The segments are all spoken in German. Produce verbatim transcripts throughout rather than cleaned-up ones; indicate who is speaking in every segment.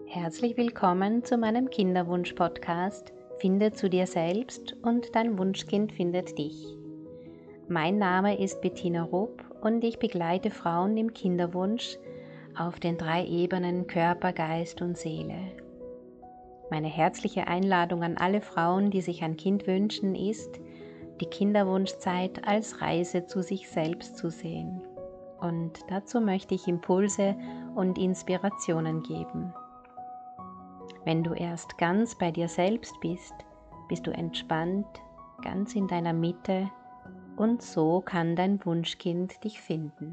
Speaker 1: Herzlich willkommen zu meinem Kinderwunsch-Podcast Finde zu dir selbst und dein Wunschkind findet dich. Mein Name ist Bettina Rupp und ich begleite Frauen im Kinderwunsch auf den drei Ebenen Körper, Geist und Seele. Meine herzliche Einladung an alle Frauen, die sich ein Kind wünschen, ist, die Kinderwunschzeit als Reise zu sich selbst zu sehen. Und dazu möchte ich Impulse und Inspirationen geben. Wenn du erst ganz bei dir selbst bist, bist du entspannt, ganz in deiner Mitte und so kann dein Wunschkind dich finden.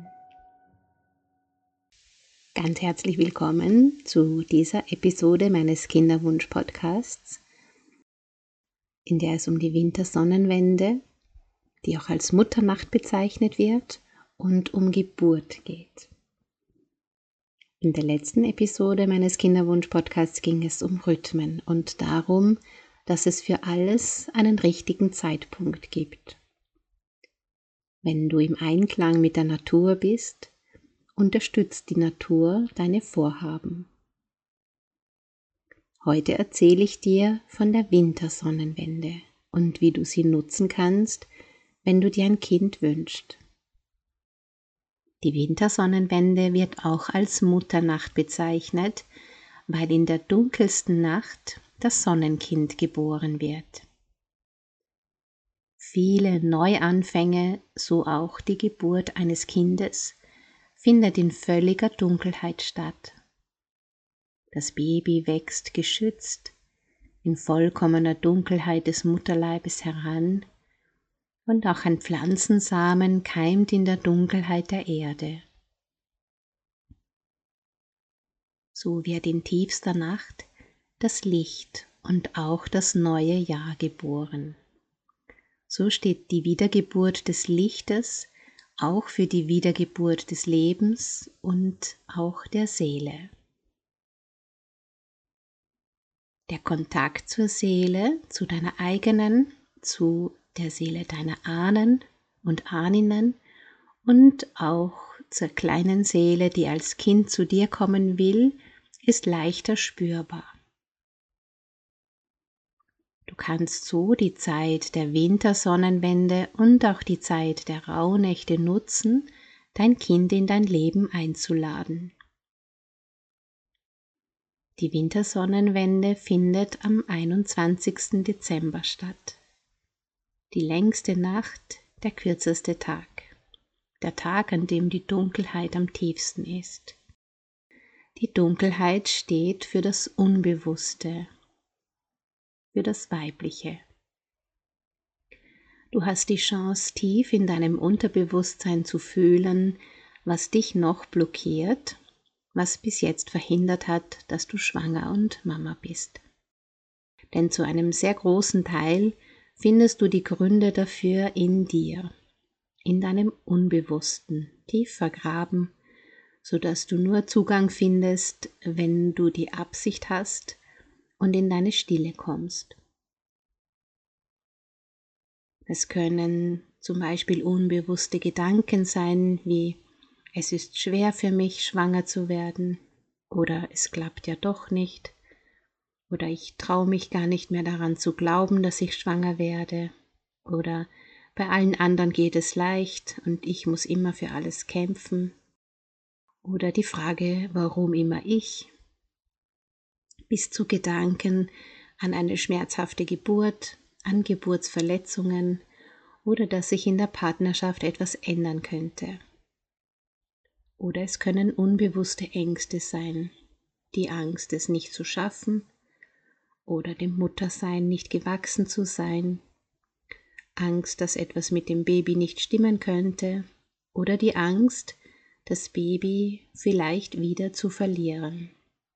Speaker 1: Ganz herzlich willkommen zu dieser Episode meines Kinderwunsch-Podcasts, in der es um die Wintersonnenwende, die auch als Mutternacht bezeichnet wird, und um Geburt geht. In der letzten Episode meines Kinderwunsch-Podcasts ging es um Rhythmen und darum, dass es für alles einen richtigen Zeitpunkt gibt. Wenn du im Einklang mit der Natur bist, unterstützt die Natur deine Vorhaben. Heute erzähle ich dir von der Wintersonnenwende und wie du sie nutzen kannst, wenn du dir ein Kind wünschst. Die Wintersonnenwende wird auch als Mutternacht bezeichnet, weil in der dunkelsten Nacht das Sonnenkind geboren wird. Viele Neuanfänge, so auch die Geburt eines Kindes, findet in völliger Dunkelheit statt. Das Baby wächst geschützt in vollkommener Dunkelheit des Mutterleibes heran, und auch ein Pflanzensamen keimt in der Dunkelheit der Erde. So wird in tiefster Nacht das Licht und auch das neue Jahr geboren. So steht die Wiedergeburt des Lichtes auch für die Wiedergeburt des Lebens und auch der Seele. Der Kontakt zur Seele, zu deiner eigenen, zu der Seele deiner Ahnen und Ahninnen und auch zur kleinen Seele, die als Kind zu dir kommen will, ist leichter spürbar. Du kannst so die Zeit der Wintersonnenwende und auch die Zeit der Rauhnächte nutzen, dein Kind in dein Leben einzuladen. Die Wintersonnenwende findet am einundzwanzigsten Dezember statt. Die längste Nacht, der kürzeste Tag. Der Tag, an dem die Dunkelheit am tiefsten ist. Die Dunkelheit steht für das Unbewusste, für das Weibliche. Du hast die Chance, tief in deinem Unterbewusstsein zu fühlen, was dich noch blockiert, was bis jetzt verhindert hat, dass du schwanger und Mama bist. Denn zu einem sehr großen Teil findest du die Gründe dafür in dir, in deinem Unbewussten, tief vergraben, sodass du nur Zugang findest, wenn du die Absicht hast und in deine Stille kommst. Es können zum Beispiel unbewusste Gedanken sein, wie es ist schwer für mich, schwanger zu werden, oder es klappt ja doch nicht, oder ich traue mich gar nicht mehr daran zu glauben, dass ich schwanger werde, oder bei allen anderen geht es leicht und ich muss immer für alles kämpfen. Oder die Frage, warum immer ich? Bis zu Gedanken an eine schmerzhafte Geburt, an Geburtsverletzungen oder dass sich in der Partnerschaft etwas ändern könnte. Oder es können unbewusste Ängste sein, die Angst, es nicht zu schaffen oder dem Muttersein nicht gewachsen zu sein, Angst, dass etwas mit dem Baby nicht stimmen könnte oder die Angst, das Baby vielleicht wieder zu verlieren.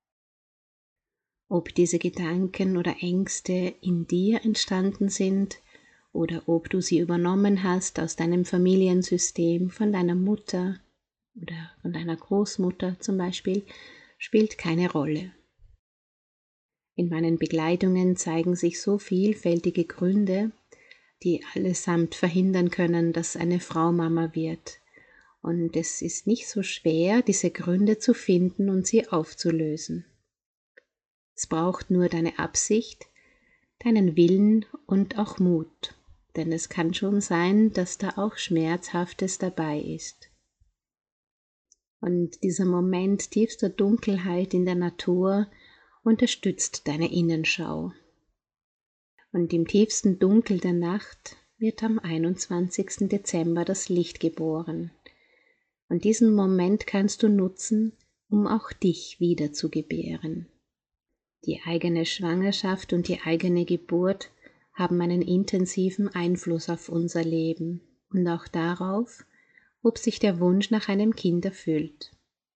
Speaker 1: Ob diese Gedanken oder Ängste in dir entstanden sind oder ob du sie übernommen hast aus deinem Familiensystem, von deiner Mutter oder von deiner Großmutter zum Beispiel, spielt keine Rolle. In meinen Begleitungen zeigen sich so vielfältige Gründe, die allesamt verhindern können, dass eine Frau Mama wird. Und es ist nicht so schwer, diese Gründe zu finden und sie aufzulösen. Es braucht nur deine Absicht, deinen Willen und auch Mut, denn es kann schon sein, dass da auch Schmerzhaftes dabei ist. Und dieser Moment tiefster Dunkelheit in der Natur unterstützt deine Innenschau. Und im tiefsten Dunkel der Nacht wird am einundzwanzigsten Dezember das Licht geboren. Und diesen Moment kannst du nutzen, um auch dich wieder zu gebären. Die eigene Schwangerschaft und die eigene Geburt haben einen intensiven Einfluss auf unser Leben und auch darauf, ob sich der Wunsch nach einem Kind erfüllt.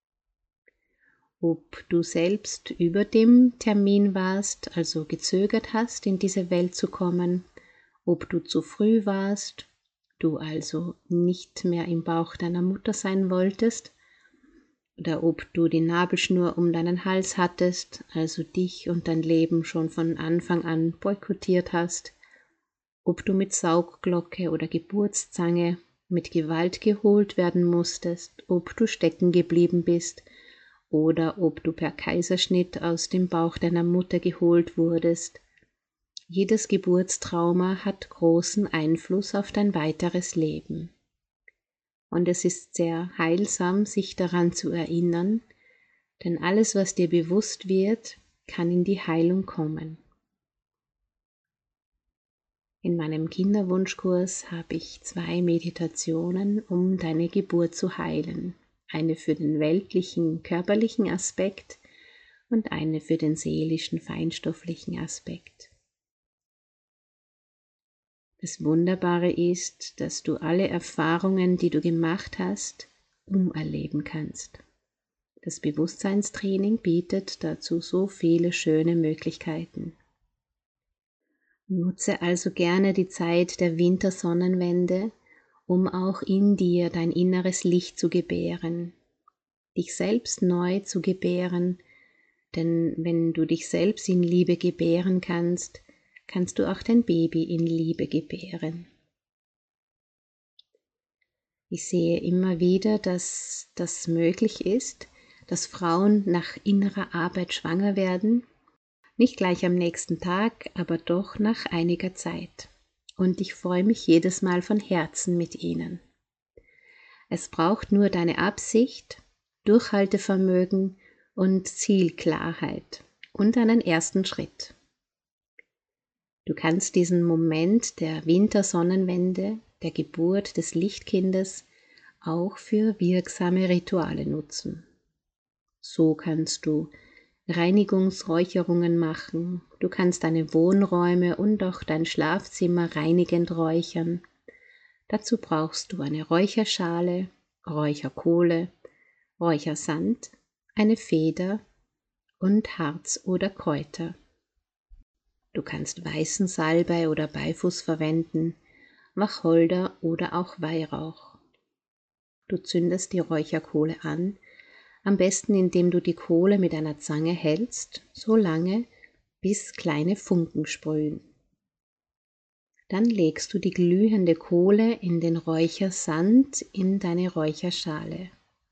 Speaker 1: Ob du selbst über dem Termin warst, also gezögert hast, in diese Welt zu kommen, ob du zu früh warst, du also nicht mehr im Bauch deiner Mutter sein wolltest, oder ob du die Nabelschnur um deinen Hals hattest, also dich und dein Leben schon von Anfang an boykottiert hast, ob du mit Saugglocke oder Geburtszange mit Gewalt geholt werden musstest, ob du stecken geblieben bist oder ob du per Kaiserschnitt aus dem Bauch deiner Mutter geholt wurdest. Jedes Geburtstrauma hat großen Einfluss auf dein weiteres Leben. Und es ist sehr heilsam, sich daran zu erinnern, denn alles, was dir bewusst wird, kann in die Heilung kommen. In meinem Kinderwunschkurs habe ich zwei Meditationen, um deine Geburt zu heilen. Eine für den weltlichen, körperlichen Aspekt und eine für den seelischen, feinstofflichen Aspekt. Das Wunderbare ist, dass du alle Erfahrungen, die du gemacht hast, umerleben kannst. Das Bewusstseinstraining bietet dazu so viele schöne Möglichkeiten. Nutze also gerne die Zeit der Wintersonnenwende, um auch in dir dein inneres Licht zu gebären, dich selbst neu zu gebären, denn wenn du dich selbst in Liebe gebären kannst, kannst du auch dein Baby in Liebe gebären. Ich sehe immer wieder, dass das möglich ist, dass Frauen nach innerer Arbeit schwanger werden, nicht gleich am nächsten Tag, aber doch nach einiger Zeit. Und ich freue mich jedes Mal von Herzen mit ihnen. Es braucht nur deine Absicht, Durchhaltevermögen und Zielklarheit und einen ersten Schritt. Du kannst diesen Moment der Wintersonnenwende, der Geburt des Lichtkindes, auch für wirksame Rituale nutzen. So kannst du Reinigungsräucherungen machen, du kannst deine Wohnräume und auch dein Schlafzimmer reinigend räuchern. Dazu brauchst du eine Räucherschale, Räucherkohle, Räuchersand, eine Feder und Harz oder Kräuter. Du kannst weißen Salbei oder Beifuß verwenden, Wacholder oder auch Weihrauch. Du zündest die Räucherkohle an, am besten indem du die Kohle mit einer Zange hältst, so lange, bis kleine Funken sprühen. Dann legst du die glühende Kohle in den Räuchersand in deine Räucherschale.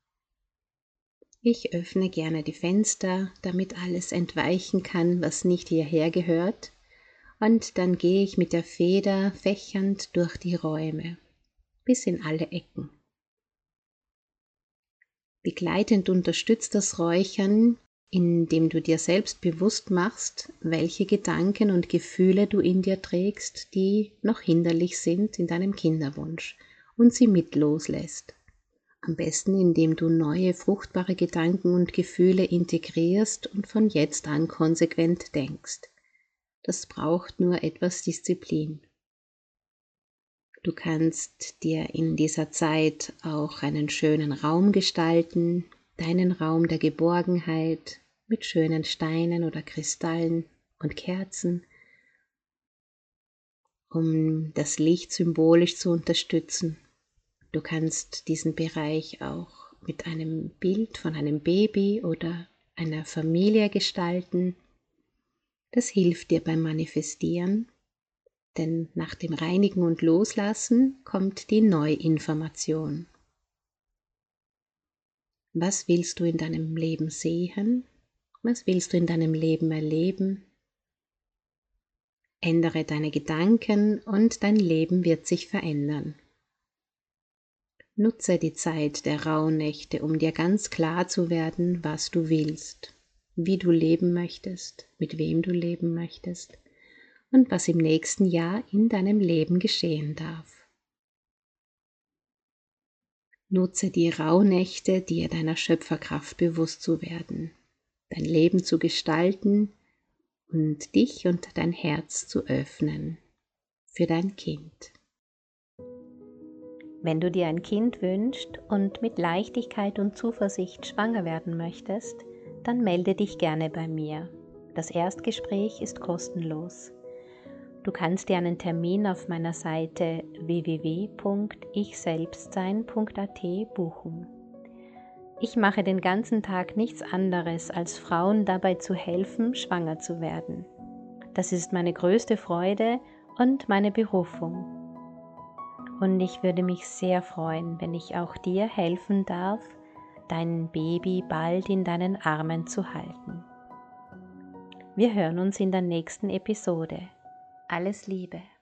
Speaker 1: Ich öffne gerne die Fenster, damit alles entweichen kann, was nicht hierher gehört, und dann gehe ich mit der Feder fächernd durch die Räume, bis in alle Ecken. Begleitend unterstützt das Räuchern, indem du dir selbst bewusst machst, welche Gedanken und Gefühle du in dir trägst, die noch hinderlich sind in deinem Kinderwunsch, und sie mit loslässt. Am besten, indem du neue, fruchtbare Gedanken und Gefühle integrierst und von jetzt an konsequent denkst. Das braucht nur etwas Disziplin. Du kannst dir in dieser Zeit auch einen schönen Raum gestalten, deinen Raum der Geborgenheit mit schönen Steinen oder Kristallen und Kerzen, um das Licht symbolisch zu unterstützen. Du kannst diesen Bereich auch mit einem Bild von einem Baby oder einer Familie gestalten. Das hilft dir beim Manifestieren, denn nach dem Reinigen und Loslassen kommt die Neuinformation. Was willst du in deinem Leben sehen Was willst du in deinem Leben erleben? Ändere deine Gedanken und dein Leben wird sich verändern. Nutze die Zeit der Rauhnächte, um dir ganz klar zu werden, was du willst, wie du leben möchtest, mit wem du leben möchtest und was im nächsten Jahr in deinem Leben geschehen darf. Nutze die Rauhnächte, dir deiner Schöpferkraft bewusst zu werden, dein Leben zu gestalten und dich und dein Herz zu öffnen für dein Kind. Wenn du dir ein Kind wünschst und mit Leichtigkeit und Zuversicht schwanger werden möchtest, dann melde dich gerne bei mir. Das Erstgespräch ist kostenlos. Du kannst dir einen Termin auf meiner Seite w w w punkt ich selbstsein punkt a t buchen. Ich mache den ganzen Tag nichts anderes, als Frauen dabei zu helfen, schwanger zu werden. Das ist meine größte Freude und meine Berufung. Und ich würde mich sehr freuen, wenn ich auch dir helfen darf, dein Baby bald in deinen Armen zu halten. Wir hören uns in der nächsten Episode. Alles Liebe.